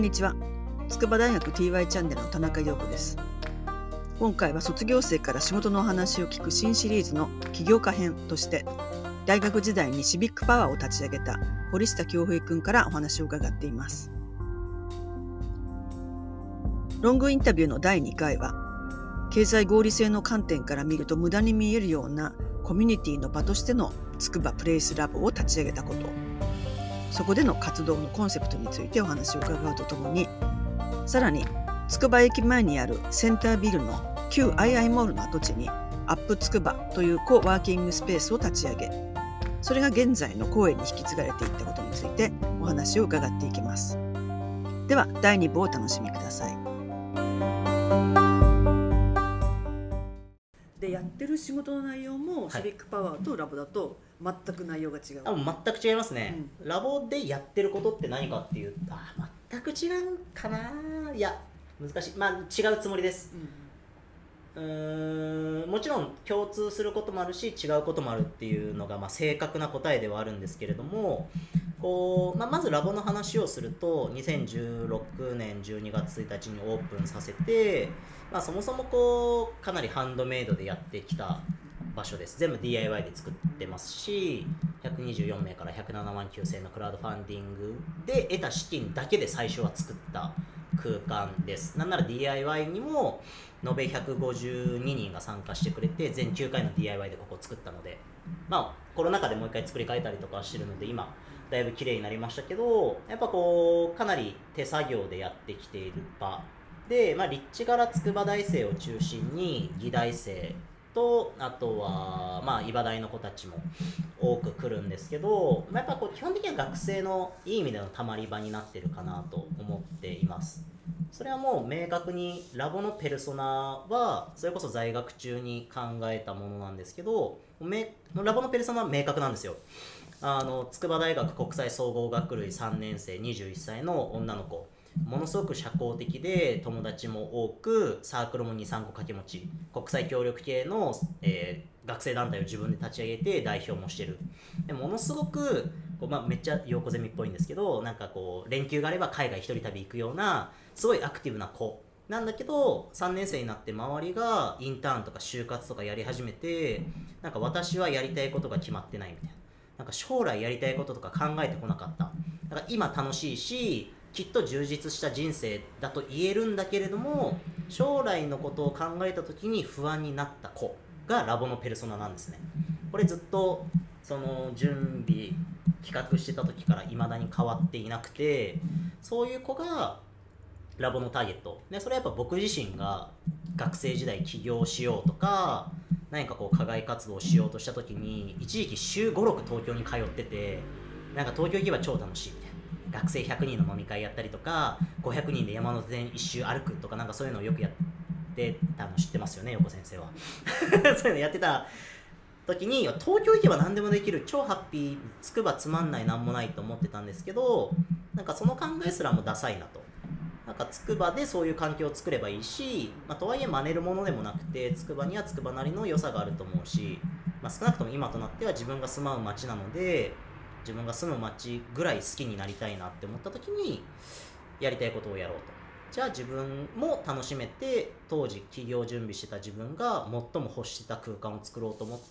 にちは。筑波大学 TY チャンネルの田中陽子です。今回は卒業生から仕事のお話を聞く新シリーズの起業家編として、大学時代にシビックパワーを立ち上げた堀下恭平くんからお話を伺っています。ロングインタビューの第2回は、経済合理性の観点から見ると無駄に見えるようなコミュニティの場としての筑波プレイスラボを立ち上げたこと、そこでの活動のコンセプトについてお話を伺うとともに、さらにつくば駅前にあるセンタービルの旧アイアイモールの跡地にアップつくばというコワーキングスペースを立ち上げ、それが現在の公園に引き継がれていったことについてお話を伺っていきます。では第2部をお楽しみください。で、やってる仕事の内容もシビックパワーとラボだと全く内容が違う。 全く違いますね、ラボでやってることって何かっていうと、全く違うかな。いや難しい。違うつもりです、もちろん共通することもあるし違うこともあるっていうのが正確な答えではあるんですけれども、まずラボの話をすると、2016年12月1日にオープンさせて、そもそもかなりハンドメイドでやってきた場所です。全部 DIY で作ってますし、124名から107万9000のクラウドファンディングで得た資金だけで最初は作った空間です。なんなら DIY にも延べ152人が参加してくれて、全9回の DIY でここを作ったので、コロナ禍でもう一回作り変えたりとかしてるので、今だいぶ綺麗になりましたけど、やっぱかなり手作業でやってきている場で、立地から筑波大生を中心に技大生と、あとは医科大の子たちも多く来るんですけど、やっぱ基本的には学生のいい意味でのたまり場になってるかなと思っています。それはもう明確にラボのペルソナはそれこそ在学中に考えたものなんですけど、ラボのペルソナは明確なんですよ。筑波大学国際総合学類3年生21歳の女の子、ものすごく社交的で友達も多く、サークルも 2,3 個掛け持ち、国際協力系の、学生団体を自分で立ち上げて代表もしてる。でものすごくめっちゃ陽子ゼミっぽいんですけど、連休があれば海外一人旅行くようなすごいアクティブな子なんだけど、3年生になって周りがインターンとか就活とかやり始めて、私はやりたいことが決まってないみたいな、将来やりたいこととか考えてこなかった、今楽しいしきっと充実した人生だと言えるんだけれども、将来のことを考えた時に不安になった子がラボのペルソナなんですね。これずっとその準備企画してた時から未だに変わっていなくて、そういう子がラボのターゲットで、それはやっぱ僕自身が学生時代起業しようとか何か課外活動をしようとした時に、一時期週5、6東京に通ってて、東京行けば超楽しいみたいな、学生100人の飲み会やったりとか500人で山手線一周歩くとか、そういうのをよくやってたの知ってますよね、横先生はそういうのやってた時に、東京行けば何でもできる、超ハッピー、筑波つまんないなんもないと思ってたんですけど、その考えすらもダサいなと。筑波でそういう環境を作ればいいし、とはいえ真似るものでもなくて、筑波には筑波なりの良さがあると思うし、少なくとも今となっては自分が住まう町なので、自分が住む町ぐらい好きになりたいなって思った時に、やりたいことをやろうと。じゃあ自分も楽しめて、当時起業準備してた自分が最も欲してた空間を作ろうと思って、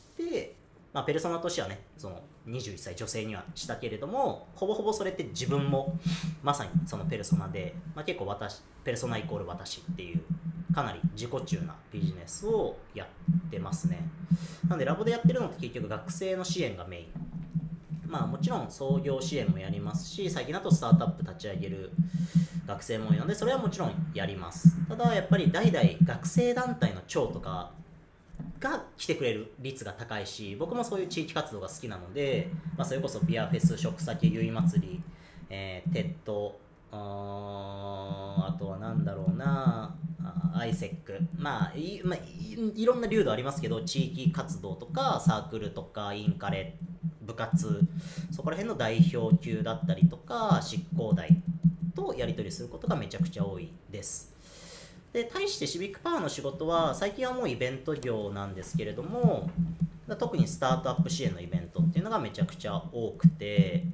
ペルソナとしてはね、その21歳女性にはしたけれども、ほぼほぼそれって自分もまさにそのペルソナで、結構ペルソナイコール私っていうかなり自己中なビジネスをやってますね。なのでラボでやってるのって結局学生の支援がメイン。もちろん創業支援もやりますし、最近だとスタートアップ立ち上げる学生も多いので、それはもちろんやります。ただやっぱり代々学生団体の長とかが来てくれる率が高いし、僕もそういう地域活動が好きなので、それこそビアフェス、食先、ゆい祭り、テッド、あとはなんだろうな、アイセック、いろんな流度ありますけど、地域活動とかサークルとかインカレ、部活、そこら辺の代表級だったりとか執行代とやり取りすることがめちゃくちゃ多いです。で、対してシビックパワーの仕事は最近はもうイベント業なんですけれども、特にスタートアップ支援のイベントっていうのがめちゃくちゃ多くて、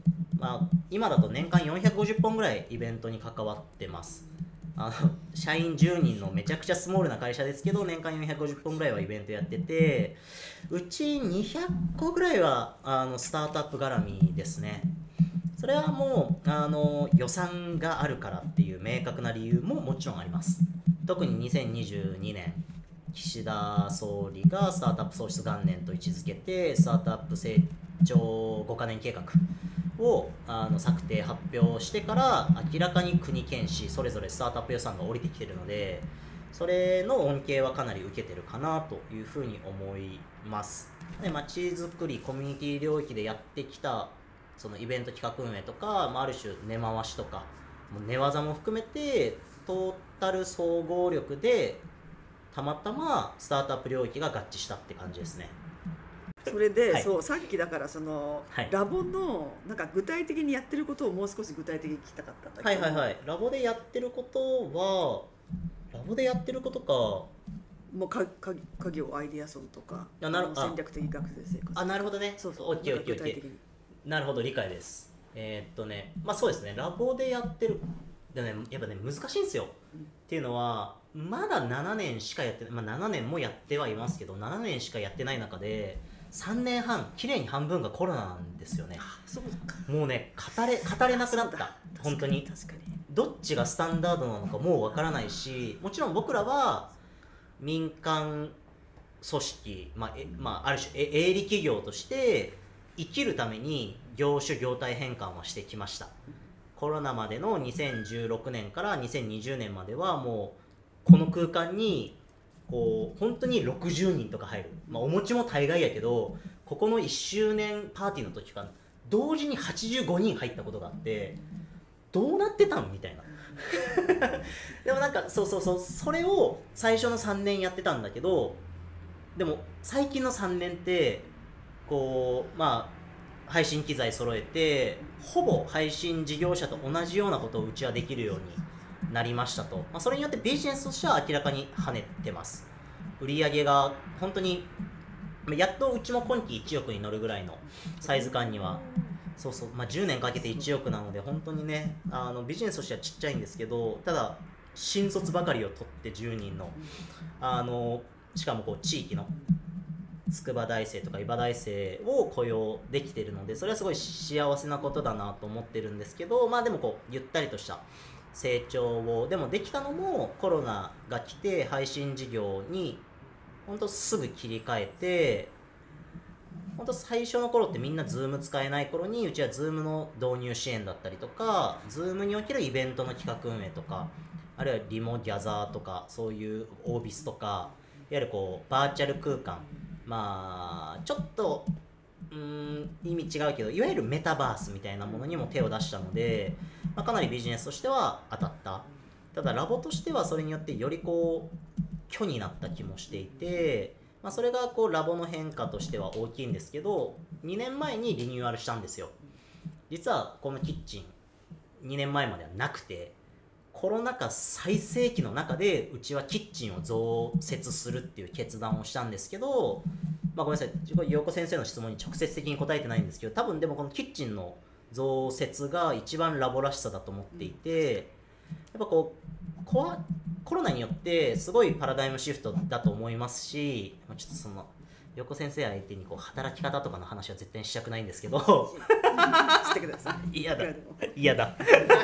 今だと年間450本ぐらいイベントに関わってます。社員10人のめちゃくちゃスモールな会社ですけど、年間450本ぐらいはイベントやってて、うち200個ぐらいはスタートアップ絡みですね。それはもう予算があるからっていう明確な理由ももちろんあります。特に2022年、岸田総理がスタートアップ創出元年と位置づけて、スタートアップ成長5カ年計画を策定発表してから、明らかに国県市それぞれスタートアップ予算が降りてきているので、それの恩恵はかなり受けてるかなというふうに思います。まちづくりコミュニティ領域でやってきたそのイベント企画運営とか、ある種根回しとか寝技も含めてトータル総合力でたまたまスタートアップ領域が合致したって感じですね。 それで、 はい、 そうさっきだからはい、ラボのなんか具体的にやってることをもう少し具体的に聞きたかったんだけど。 ラボでやってることは、ラボでやってることか、 もう家業アイデアソンとか戦略的学生生活。 なるほどね。 そうオッケー。なるほど、理解です。そうですね、ラボでやってるでね、やっぱね難しいんですよ、っていうのはまだ7年しかやってない、7年もやってはいますけど、7年しかやってない中で3年半綺麗に半分がコロナなんですよね。 そうか。 もうね語れなくなった。本当に確かにどっちがスタンダードなのかもうわからないし、もちろん僕らは民間組織、ある種営利企業として生きるために業種業態変換はしてきました。コロナまでの2016年から2020年まではもうこの空間にこう本当に60人とか入る、お餅も大概やけど、ここの1周年パーティーの時か同時に85人入ったことがあって、どうなってたんみたいなでもなんかそれを最初の3年やってたんだけど、でも最近の3年ってこう配信機材揃えてほぼ配信事業者と同じようなことをうちはできるようになりましたと、それによってビジネスとしては明らかに跳ねてます。売上が本当にやっとうちも今期1億に乗るぐらいのサイズ感には、10年かけて1億なので本当にねビジネスとしてはちっちゃいんですけど、ただ新卒ばかりを取って10人のしかもこう地域の筑波大生とか伊庭大生を雇用できているので、それはすごい幸せなことだなと思ってるんですけど、でもこうゆったりとした成長をでもできたのもコロナが来て配信事業に本当すぐ切り替えて、本当最初の頃ってみんな Zoom 使えない頃にうちは Zoom の導入支援だったりとか、 Zoom におけるイベントの企画運営とか、あるいはリモギャザーとかそういうオービスとか、いわゆるこうバーチャル空間、ちょっと意味違うけどいわゆるメタバースみたいなものにも手を出したので、かなりビジネスとしては当たった。ただラボとしてはそれによってよりこう虚になった気もしていて、それがこうラボの変化としては大きいんですけど、2年前にリニューアルしたんですよ。実はこのキッチン2年前まではなくて、コロナ禍最盛期の中でうちはキッチンを増設するっていう決断をしたんですけど、ごめんなさい、陽子先生の質問に直接的に答えてないんですけど、多分でもこのキッチンの増設が一番ラボらしさだと思っていて、やっぱこうコロナによってすごいパラダイムシフトだと思いますし、ちょっとその陽子先生相手にこう働き方とかの話は絶対にしたくないんですけどしてください。 嫌だ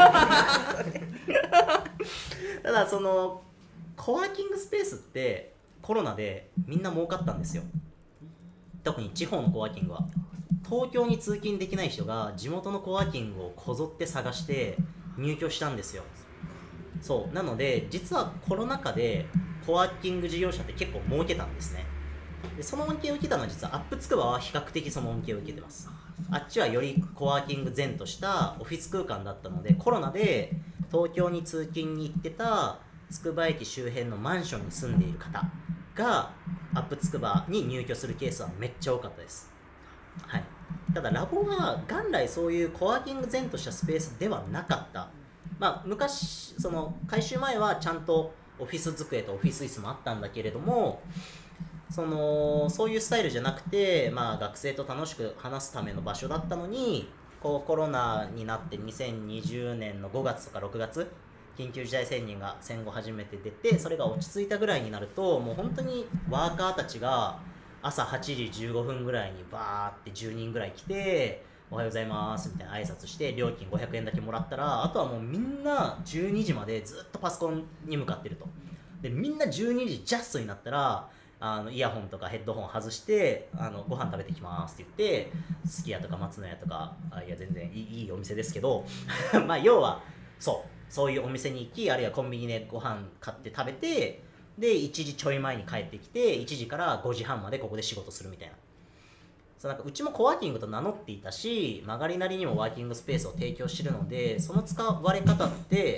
ただそのコワーキングスペースってコロナでみんな儲かったんですよ。特に地方のコワーキングは東京に通勤できない人が地元のコワーキングをこぞって探して入居したんですよ。そうなので実はコロナ禍でコワーキング事業者って結構儲けたんですね。でその恩恵を受けたのは実はアップつくばは比較的その恩恵を受けてます。あっちはよりコワーキング前としたオフィス空間だったので、コロナで東京に通勤に行ってたつくば駅周辺のマンションに住んでいる方がアップつくばに入居するケースはめっちゃ多かったです。はい、ただラボは元来そういうコワーキング前としたスペースではなかった。昔その改修前はちゃんとオフィス机とオフィス椅子もあったんだけれども、そういうスタイルじゃなくて、学生と楽しく話すための場所だったのに、 こうコロナになって2020年の5月とか6月緊急事態宣言が戦後初めて出て、それが落ち着いたぐらいになるともう本当にワーカーたちが朝8時15分ぐらいにバーって10人ぐらい来て、おはようございますみたいな挨拶して料金500円だけもらったら、あとはもうみんな12時までずっとパソコンに向かってると。でみんな12時ジャストになったらイヤホンとかヘッドホン外してご飯食べてきますって言って、すき家とか松の家とか、いや全然いいお店ですけどまあ要はそういうお店に行き、あるいはコンビニでご飯買って食べて、で1時ちょい前に帰ってきて1時から5時半までここで仕事するみたいな。なんかうちもコワーキングと名乗っていたし、曲がりなりにもワーキングスペースを提供してるので、その使われ方って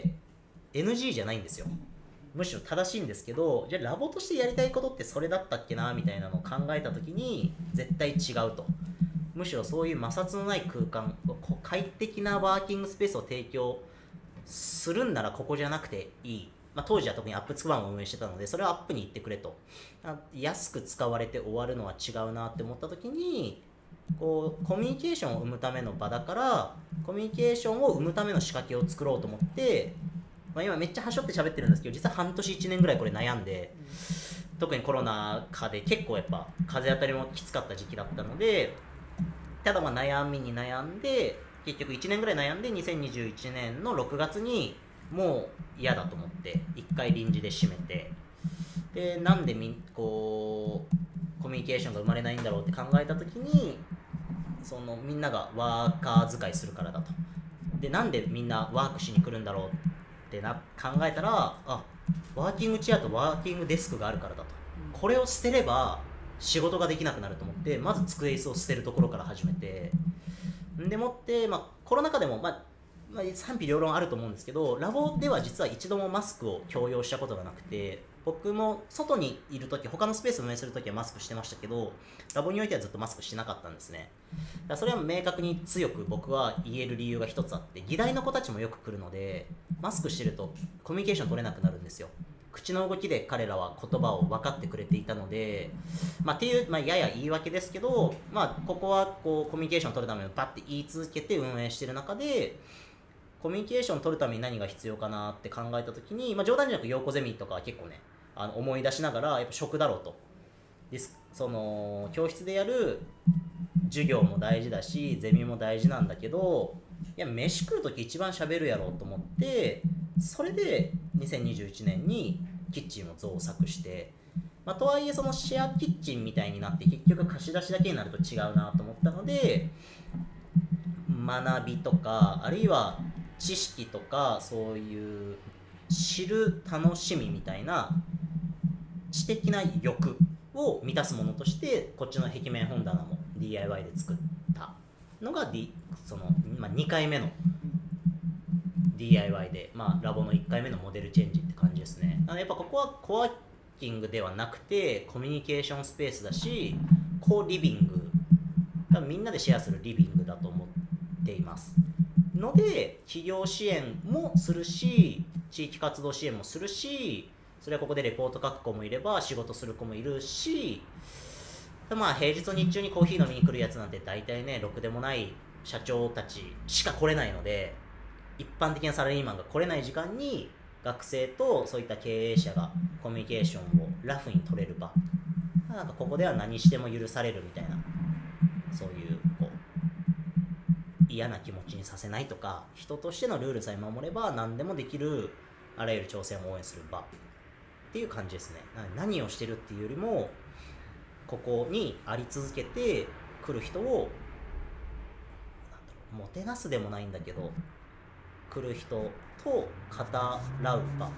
NG じゃないんですよ。むしろ正しいんですけど、じゃあラボとしてやりたいことってそれだったっけなみたいなのを考えた時に絶対違うと。むしろそういう摩擦のない空間、快適なワーキングスペースを提供するんならここじゃなくていい。当時は特にアップつくばも運営してたので、それはアップに行ってくれと。安く使われて終わるのは違うなって思った時に、こうコミュニケーションを生むための場だから、コミュニケーションを生むための仕掛けを作ろうと思って、今めっちゃはしょって喋ってるんですけど、実は半年1年ぐらいこれ悩んで、特にコロナ禍で結構やっぱ風当たりもきつかった時期だったので、ただ悩みに悩んで結局1年ぐらい悩んで、2021年の6月にもう嫌だと思って1回臨時で閉めて、でなんでこうコミュニケーションが生まれないんだろうって考えた時に、みんながワーカー使いするからだと。でなんでみんなワークしに来るんだろうって考えたら、ワーキングチェアとワーキングデスクがあるからだと。これを捨てれば仕事ができなくなると思って、まず机椅子を捨てるところから始めて、でもって、コロナ禍でも、賛否両論あると思うんですけど、ラボでは実は一度もマスクを強要したことがなくて、僕も外にいるとき、他のスペースを運営するときはマスクしてましたけど、ラボにおいてはずっとマスクしてなかったんですね。それは明確に強く僕は言える理由が一つあって、議題の子たちもよく来るので、マスクしてるとコミュニケーション取れなくなるんですよ。口の動きで彼らは言葉を分かってくれていたので、っていう、やや言い訳ですけど、ここはこうコミュニケーションを取るためにバッて言い続けて運営している中で、コミュニケーションを取るために何が必要かなって考えたときに、冗談じゃなく陽子ゼミとかは結構ね、思い出しながら、やっぱ食だろうと。教室でやる授業も大事だし、ゼミも大事なんだけど、いや飯食うとき一番喋るやろうと思って、それで2021年にキッチンを増作して、とはいえそのシェアキッチンみたいになって結局貸し出しだけになると違うなと思ったので、学びとかあるいは知識とかそういう知る楽しみみたいな知的な欲を満たすものとしてこっちの壁面本棚も DIY で作ったのが、2回目の DIY で、ラボの1回目のモデルチェンジって感じですね。やっぱここはコワーキングではなくてコミュニケーションスペースだし、コリビング、みんなでシェアするリビングだと思っていますので、企業支援もするし地域活動支援もするし、それはここでレポート書く子もいれば仕事する子もいるし、平日の日中にコーヒー飲みに来るやつなんて大体ね、ろくでもない社長たちしか来れないので、一般的なサラリーマンが来れない時間に学生とそういった経営者がコミュニケーションをラフに取れる場、ここでは何しても許されるみたいな、そういう嫌な気持ちにさせないとか、人としてのルールさえ守れば何でもできる、あらゆる挑戦を応援する場っていう感じですね。何をしてるっていうよりも、ここにあり続けて来る人をもてなすでもないんだけど、来る人と語らう場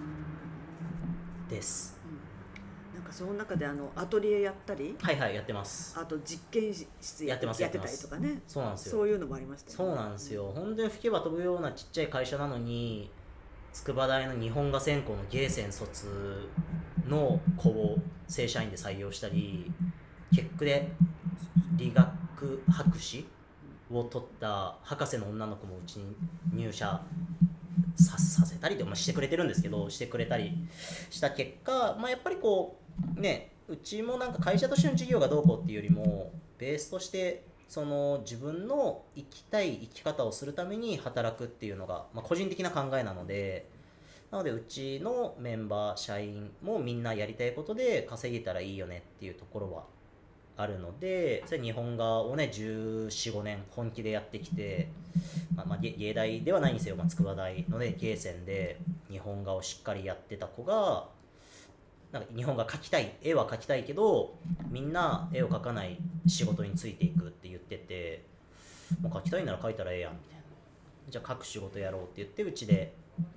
です。 その中でアトリエやったり、 やってます。 あと実験室やってたりとかね。 そうなんですよ。 そういうのもありましたよね。 そうなんですよ。本当に吹けば飛ぶようなちっちゃい会社なのに、筑波大の日本画専攻の芸専卒の子を正社員で採用したり、結句で理学博士を取った博士の女の子もうちに入社させたりで、してくれてるんですけど、してくれたりした結果、やっぱりうちも会社としての事業がどうこうっていうよりも、ベースとしてその自分の生きたい生き方をするために働くっていうのが、個人的な考えなので、うちのメンバー社員もみんなやりたいことで稼げたらいいよねっていうところはあるので、それ日本画をね14、15年本気でやってきて、芸大ではないんですよ、筑波大のね芸専で日本画をしっかりやってた子が、なんか日本画描きたい、絵は描きたいけどみんな絵を描かない仕事についていくって言ってて、もう描きたいなら描いたらええやんみたいな、じゃあ描く仕事やろうって言って、うちで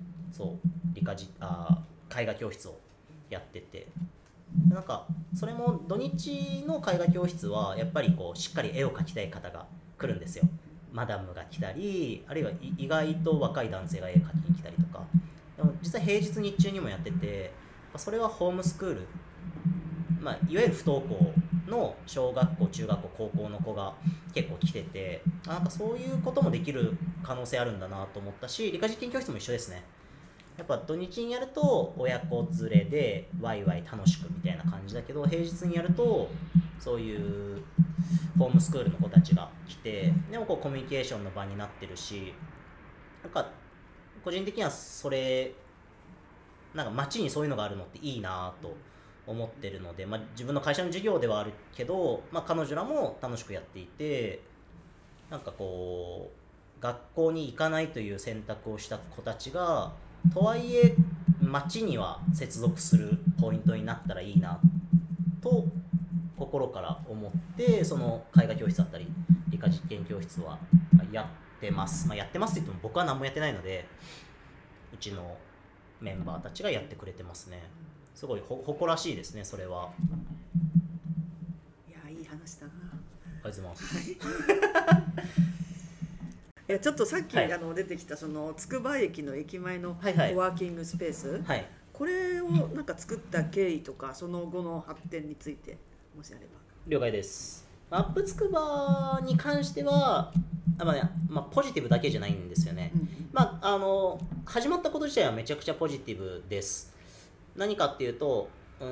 絵画教室をやってて、なんかそれも土日の絵画教室はやっぱりこうしっかり絵を描きたい方が来るんですよ。マダムが来たり、あるいは意外と若い男性が絵描きに来たりとか。でも実際平日日中にもやってて、それはホームスクール、いわゆる不登校の小学校、中学校、高校の子が結構来てて、なんかそういうこともできる可能性あるんだなと思ったし、理科実験教室も一緒ですね。やっぱ土日にやると親子連れでワイワイ楽しくみたいな感じだけど、平日にやるとそういうホームスクールの子たちが来て、でもこうコミュニケーションの場になってるし、なんか個人的にはそれ、なんか街にそういうのがあるのっていいなと思ってるので、自分の会社の授業ではあるけど、彼女らも楽しくやっていて、なんかこう学校に行かないという選択をした子たちが、とはいえ街には接続するポイントになったらいいなと心から思って、その絵画教室だったり理科実験教室はやってます。やってますって言っても僕は何もやってないので、うちのメンバーたちがやってくれてますね。すごい誇らしいですね、それは。 いや、いい話だな。 ありがとうございます。 いや、ちょっとさっき、出てきたそのつくば駅の駅前のコワーキングスペース、これをなんか作った経緯とかその後の発展についてもしあれば。 了解です。アップつくばに関してはポジティブだけじゃないんですよね。始まったこと自体はめちゃくちゃポジティブです。何かっていうと、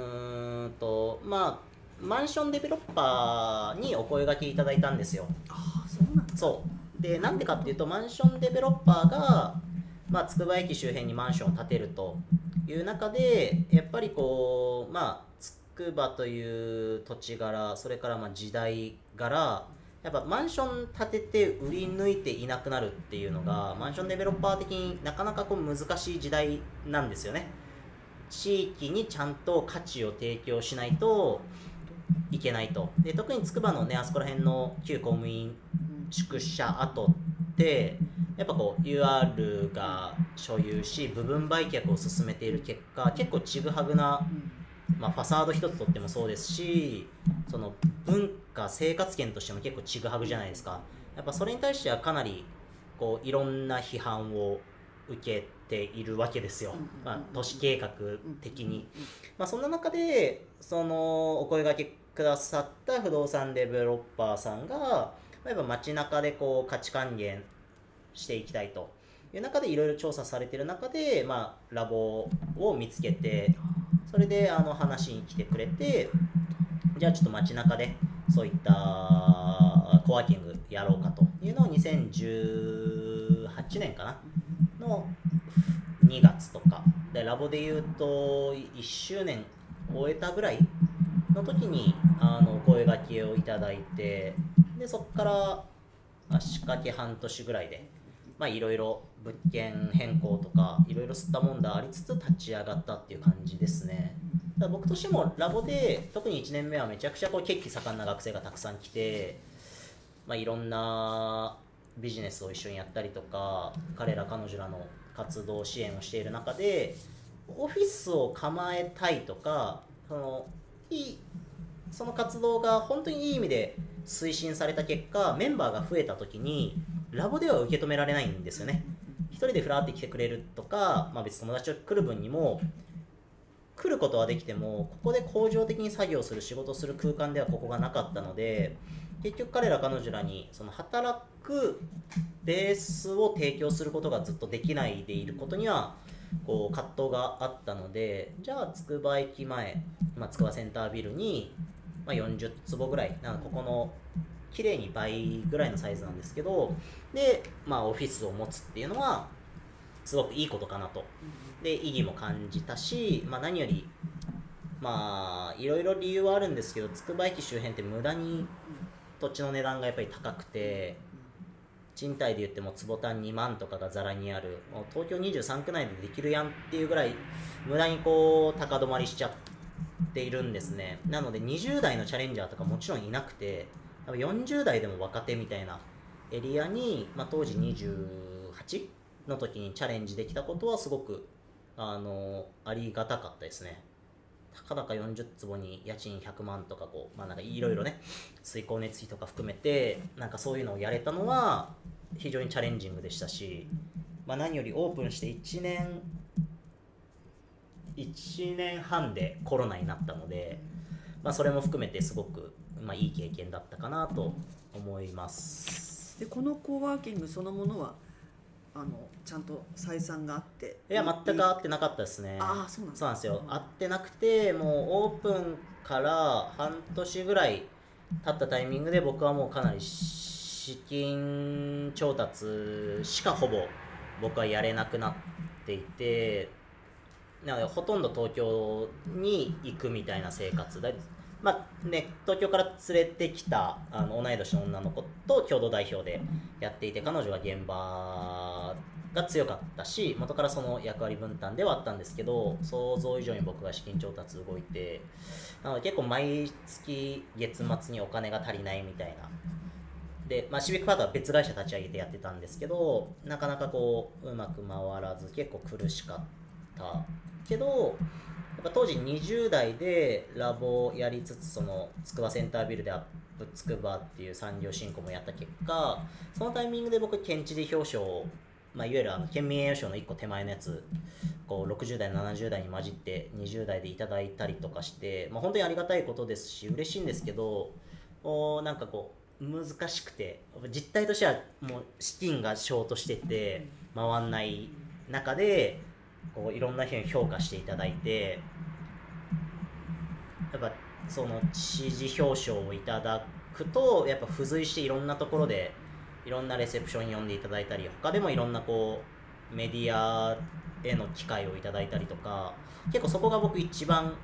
マンションデベロッパーにお声掛けいただいたんですよ。 そうなんだ。 そうで、なんでかっていうと、マンションデベロッパーがつくば駅周辺にマンションを建てるという中で、やっぱりこうつくばという土地柄、それから時代柄、やっぱマンション建てて売り抜いていなくなるっていうのがマンションデベロッパー的になかなかこう難しい時代なんですよね。地域にちゃんと価値を提供しないといけないと。で、特につくばのね、あそこら辺の旧公務員宿舎跡ってやっぱこう UR が所有し部分売却を進めている結果、結構ちぐはぐな、ファサード一つとってもそうですし、その文化生活圏としても結構ちぐはぐじゃないですか。やっぱそれに対してはかなりこういろんな批判を受けているわけですよ、都市計画的に。そんな中でそのお声掛けくださった不動産デベロッパーさんがやっぱ街中でこう価値還元していきたいという中でいろいろ調査されている中で、ラボを見つけて、それで話に来てくれて、じゃあちょっと街中でそういったコワーキングやろうかというのを2018年かなの2月とかで、ラボでいうと1周年終えたぐらいの時にお声掛けをいただいて、でそこから仕掛け半年ぐらいでいろいろ物件変更とかいろいろ吸ったもんだありつつ立ち上がったっていう感じですね。だから僕としてもラボで特に1年目はめちゃくちゃこう血気盛んな学生がたくさん来て、いろんなビジネスを一緒にやったりとか、彼ら彼女らの活動支援をしている中でオフィスを構えたいとか、その活動が本当にいい意味で推進された結果、メンバーが増えた時にラボでは受け止められないんですよね。一人でフラーって来てくれるとか、別に友達と来る分にも来ることはできても、ここで恒常的に作業する仕事する空間ではここがなかったので、結局彼ら彼女らにその働くベースを提供することがずっとできないでいることにはこう葛藤があったので、じゃあつくば駅前、つくばセンタービルに40坪ぐらい、ここの綺麗に倍ぐらいのサイズなんですけど、で、まあ、オフィスを持つっていうのはすごくいいことかなと。で意義も感じたし、まあ、何よりまあいろいろ理由はあるんですけど、つくば駅周辺って無駄に土地の値段がやっぱり高くて、賃貸で言っても坪単2万とかがざらにある、もう東京23区内でできるやんっていうぐらい無駄にこう高止まりしちゃっているんですね。なので20代のチャレンジャーとかもちろんいなくて、多分40代でも若手みたいなエリアに、まあ、当時28の時にチャレンジできたことはすごくありがたかったですね。たかだか40坪に家賃100万とかこう、まあなんかいろいろね、水光熱費とか含めてなんかそういうのをやれたのは非常にチャレンジングでしたし、まあ、何よりオープンして1年半でコロナになったので、まあ、それも含めてすごく、まあ、いい経験だったかなと思います。 でこのコワーキングそのものはちゃんと採算があって、 いや全く合ってなかったですね。 ああそうなんですよ、合ってなくて、もうオープンから半年ぐらい経ったタイミングで僕はもうかなり資金調達しかほぼ僕はやれなくなっていて、なのでほとんど東京に行くみたいな生活だ、まあね、東京から連れてきた同い年の女の子と共同代表でやっていて、彼女は現場が強かったし元からその役割分担ではあったんですけど、想像以上に僕が資金調達動いて、なので結構毎月月末にお金が足りないみたいなで、まあ、シビックパートは別会社立ち上げてやってたんですけど、なかなかこううまく回らず結構苦しかったけど、やっぱ当時20代でラボをやりつつ、その筑波センタービルでアップつくばっていう産業振興もやった結果、そのタイミングで僕県知事表彰を、まあ、いわゆる県民栄誉賞の1個手前のやつこう60代70代に混じって20代でいただいたりとかして、まあ、本当にありがたいことですし嬉しいんですけど、なんかこう難しくて、実態としてはもう資金がショートしてて回んない中でこういろんな人に評価していただいて、やっぱその知事表彰をいただくとやっぱ付随していろんなところでいろんなレセプション呼んでいただいたり、他でもいろんなこうメディアへの機会をいただいたりとか、結構そこが僕一番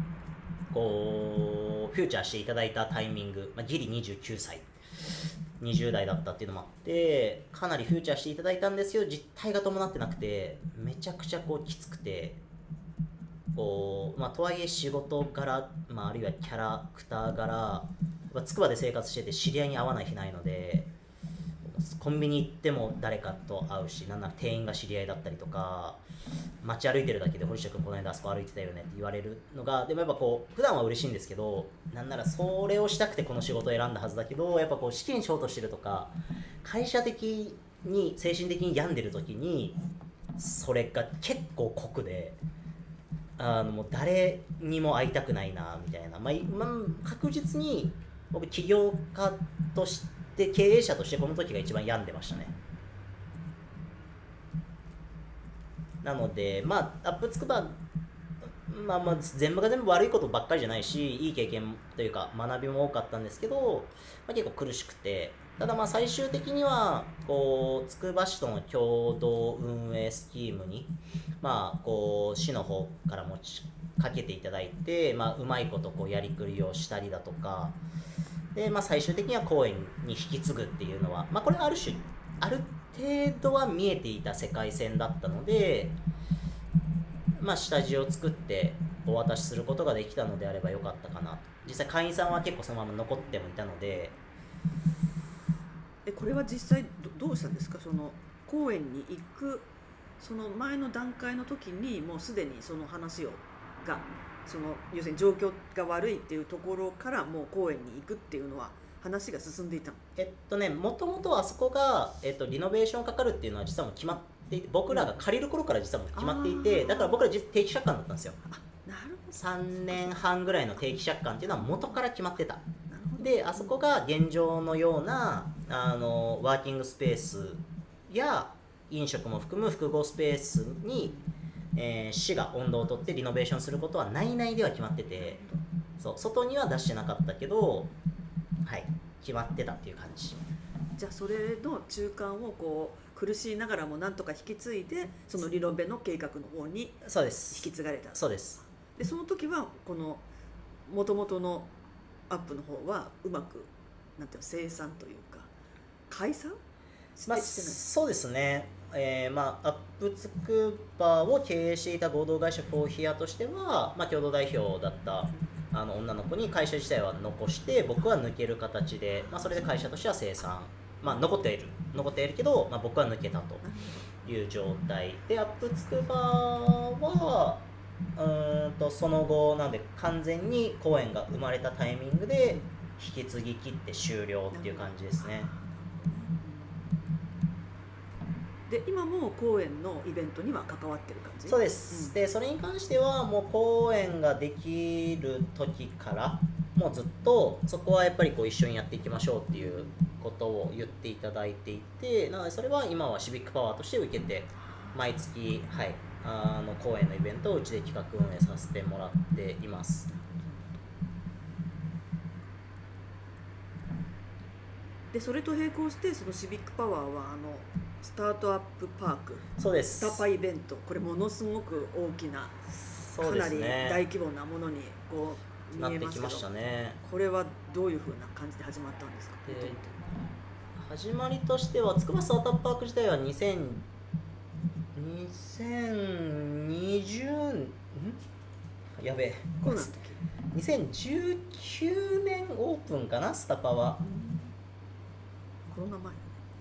こうフューチャーしていただいたタイミング、まあ、ギリ29歳20代だったっていうのもあってかなりフューチャーしていただいたんですけど、実態が伴ってなくてめちゃくちゃこうきつくて、こう、まあ、とはいえ仕事柄、まあ、あるいはキャラクター柄つくばで生活してて知り合いに会わない日ないので、コンビニ行っても誰かと会うし、なんなら店員が知り合いだったりとか、街歩いてるだけで堀下君この間あそこ歩いてたよねって言われるのが、でもやっぱこう普段は嬉しいんですけど、なんならそれをしたくてこの仕事を選んだはずだけど、やっぱこう資金ショートしてるとか会社的に精神的に病んでる時にそれが結構酷で、もう誰にも会いたくないなみたいな、まあ、確実に僕起業家として経営者としてこの時が一番病んでましたね。なのでまあアップつくば、まあ全部が全部悪いことばっかりじゃないし、いい経験というか学びも多かったんですけど、まあ、結構苦しくて、ただまあ最終的にはこうつくば市との共同運営スキームにまあこう市の方から持ちかけていただいて、まあ、うまいことこうやりくりをしたりだとかで、まあ、最終的には公園に引き継ぐっていうのは、まあ、これはある程度は見えていた世界線だったので、まあ、下地を作ってお渡しすることができたのであればよかったかなと。実際会員さんは結構そのまま残ってもいたので。 これは実際どうしたんですか？その公園に行くその前の段階の時にもうすでにその話がその要するに状況が悪いっていうところからもう公園に行くっていうのは話が進んでいたの？ もともとあそこが、リノベーションかかるっていうのは実はもう決まっていて、僕らが借りる頃から実はもう決まっていて、だから僕ら定期借款だったんですよ。 なるほど。 3年半ぐらいの定期借款っていうのは元から決まってた。であそこが現状のようなワーキングスペースや飲食も含む複合スペースに、市が温度を取ってリノベーションすることは内々では決まってて、そう外には出してなかったけど、はい、 決まってたっていう感じ。 じゃあそれの中間をこう苦しいながらもなんとか引き継いでそのリノベの計画の方にそうです。 引き継がれた。 そうです。 でその時はこの元々のアップの方はうまくなんていうの生産というか解散してない。 そうですね。アップつくばを経営していた合同会社フォーヒアとしては、共同代表だった女の子に会社自体は残して、僕は抜ける形で、それで会社としては生産、残っているけど、僕は抜けたという状態で、アップつくばはその後なんで完全に公演が生まれたタイミングで引き継ぎ切って終了っていう感じですね。 で今も公演のイベントには関わってる感じ。 そうです、でそれに関してはもう公演ができる時からもうずっとそこはやっぱりこう一緒にやっていきましょうっていうことを言っていただいていて、なのでそれは今はシビックパワーとして受けて毎月、公演のイベントをうちで企画運営させてもらっています。 でそれと並行してそのシビックパワーはスタートアップパーク、 そうです、 スタパイベント、これものすごく大きな、かなり大規模なものにこう見えますけど、 なってきましたね。 これはどういうふうな感じで始まったんですか。 始まりとしては筑波スタートアップパーク自体はやべえコロナの時 2019年オープンかな、スタパは。 コロナ前。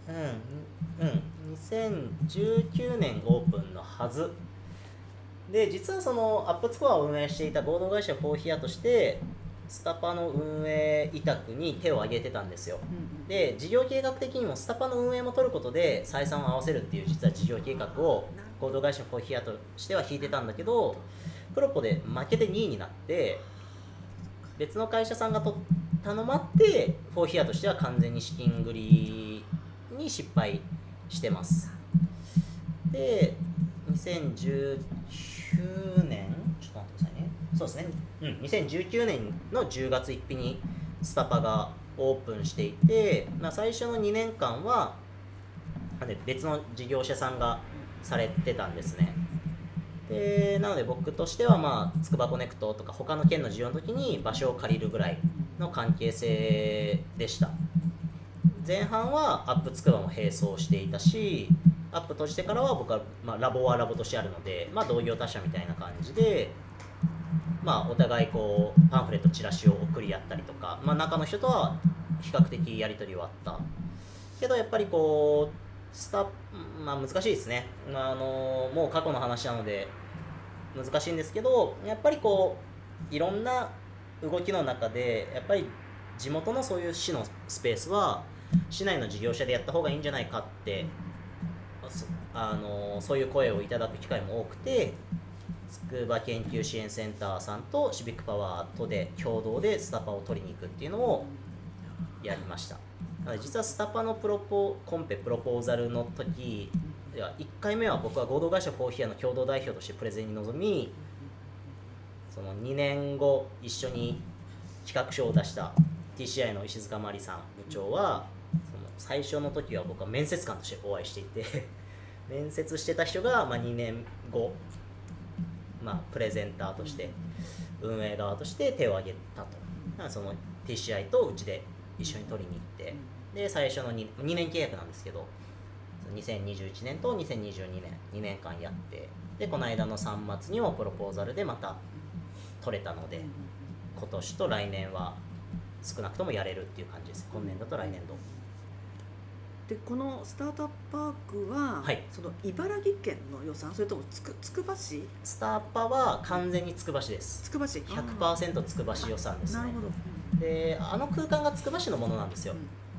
2019年オープンのはずで、実はそのアップツコアを運営していた合同会社フォーヒアとしてスタパの運営委託に手を挙げてたんですよ。で事業計画的にもスタパの運営も取ることで採算を合わせるっていう実は事業計画を合同会社フォーヒアとしては引いてたんだけど、プロポで負けて2位になって別の会社さんが頼まってフォーヒアとしては完全に資金繰りに失敗してます。で2019年ちょっと待ってくださいね。そうですね、2019年の10月1日にスタパがオープンしていて、最初の2年間は別の事業者さんがされてたんですね。でなので僕としてはつくばコネクトとか他の県の事業の時に場所を借りるぐらいの関係性でした。前半はアップつくばも並走していたし、アップ閉じてからは僕は、ラボはラボとしてあるので、同業他社みたいな感じで、お互いこうパンフレットチラシを送り合ったりとか、中の人とは比較的やり取りはあったけど、やっぱりこう難しいですね。もう過去の話なので難しいんですけど、やっぱりこういろんな動きの中でやっぱり地元のそういう市のスペースは市内の事業者でやった方がいいんじゃないかってそういう声をいただく機会も多くて、筑波研究支援センターさんとシビックパワーとで共同でスタパを取りに行くっていうのをやりました。実はスタパのコンペプロポーザルの時、1回目は僕は合同会社フォーヒアの共同代表としてプレゼンに臨み、その2年後一緒に企画書を出した TCI の石塚真理さん部長は、その最初の時は僕は面接官としてお会いしていて面接してた人が2年後、プレゼンターとして運営側として手を挙げたと。その TCI とうちで一緒に取りに行って、で最初の 2年契約なんですけど、2021年と2022年2年間やって、でこの間の3月にもプロポーザルでまた取れたので、今年と来年は少なくともやれるっていう感じです。今年度と来年度で、このスタートアップパークは、その茨城県の予算、それともつくば市？ スターパは完全につくば市です。 つくば市 100% つくば市予算ですね。 なるほど。 で空間がつくば市のものなんですよ。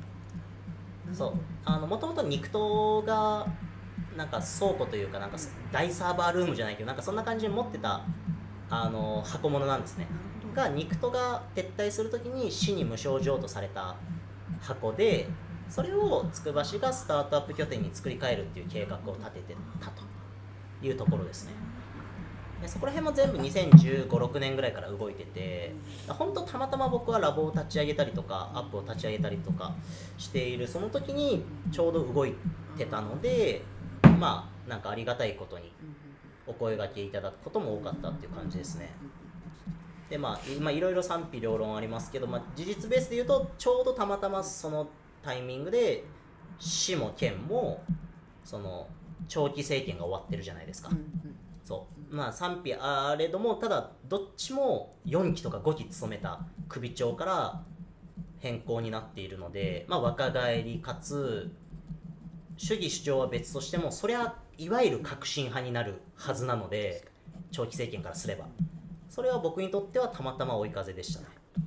そうもともと肉党がなんか倉庫というか、なんか大サーバールームじゃないけど、なんかそんな感じで持ってた箱物なんですね。が肉党が撤退するときに市に無償譲渡された箱で、それをつくば市がスタートアップ拠点に作り変えるっていう計画を立ててたというところですね。 でそこら辺も全部2015、6年ぐらいから動いてて、本当たまたま僕はラボを立ち上げたりとかアップを立ち上げたりとかしているその時にちょうど動いてたので、まあなんかありがたいことにお声掛けいただくことも多かったっていう感じですね。でいろいろ賛否両論ありますけど、事実ベースで言うとちょうどたまたまそのタイミングで市も県もその長期政権が終わってるじゃないですか。そう賛否あれども、ただどっちも4期とか5期務めた首長から変更になっているので、若返りかつ主義主張は別としてもそりゃいわゆる革新派になるはずなので、長期政権からすればそれは僕にとってはたまたま追い風でしたね。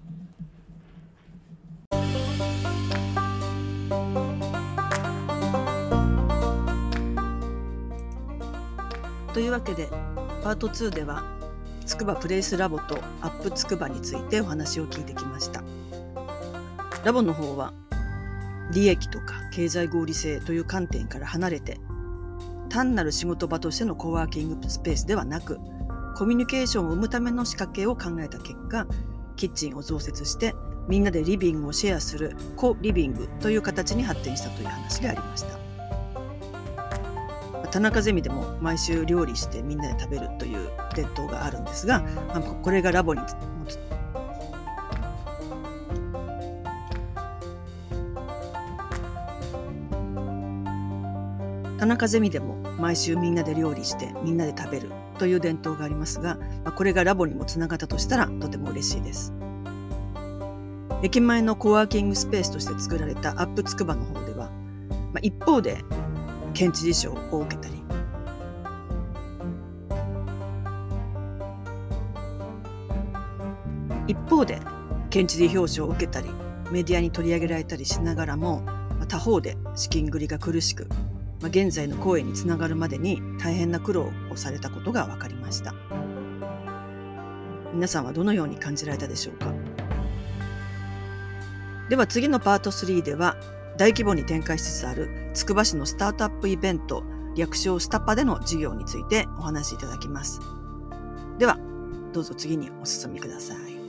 というわけでパート2ではつくばプレイスラボとアップつくばについてお話を聞いてきました。ラボの方は利益とか経済合理性という観点から離れて、単なる仕事場としてのコワーキングスペースではなく、コミュニケーションを生むための仕掛けを考えた結果、キッチンを増設してみんなでリビングをシェアするコリビングという形に発展したという話がありました。田中ゼミでも毎週料理してみんなで食べるという伝統があるんですが、これがラボに田中ゼミでも毎週みんなで料理してみんなで食べるという伝統がありますが、これがラボにもつながったとしたらとても嬉しいです。駅前のコワーキングスペースとして作られたアップつくばの方では、一方で県知事賞を受けたり、一方で県知事表彰を受けたりメディアに取り上げられたりしながらも、他方で資金繰りが苦しく、現在の公演につながるまでに大変な苦労をされたことが分かりました。皆さんはどのように感じられたでしょうか。では次のパート3では、大規模に展開しつつあるつくば市のスタートアップイベント、略称スタパでの事業についてお話しいただきます。ではどうぞ次にお進みください。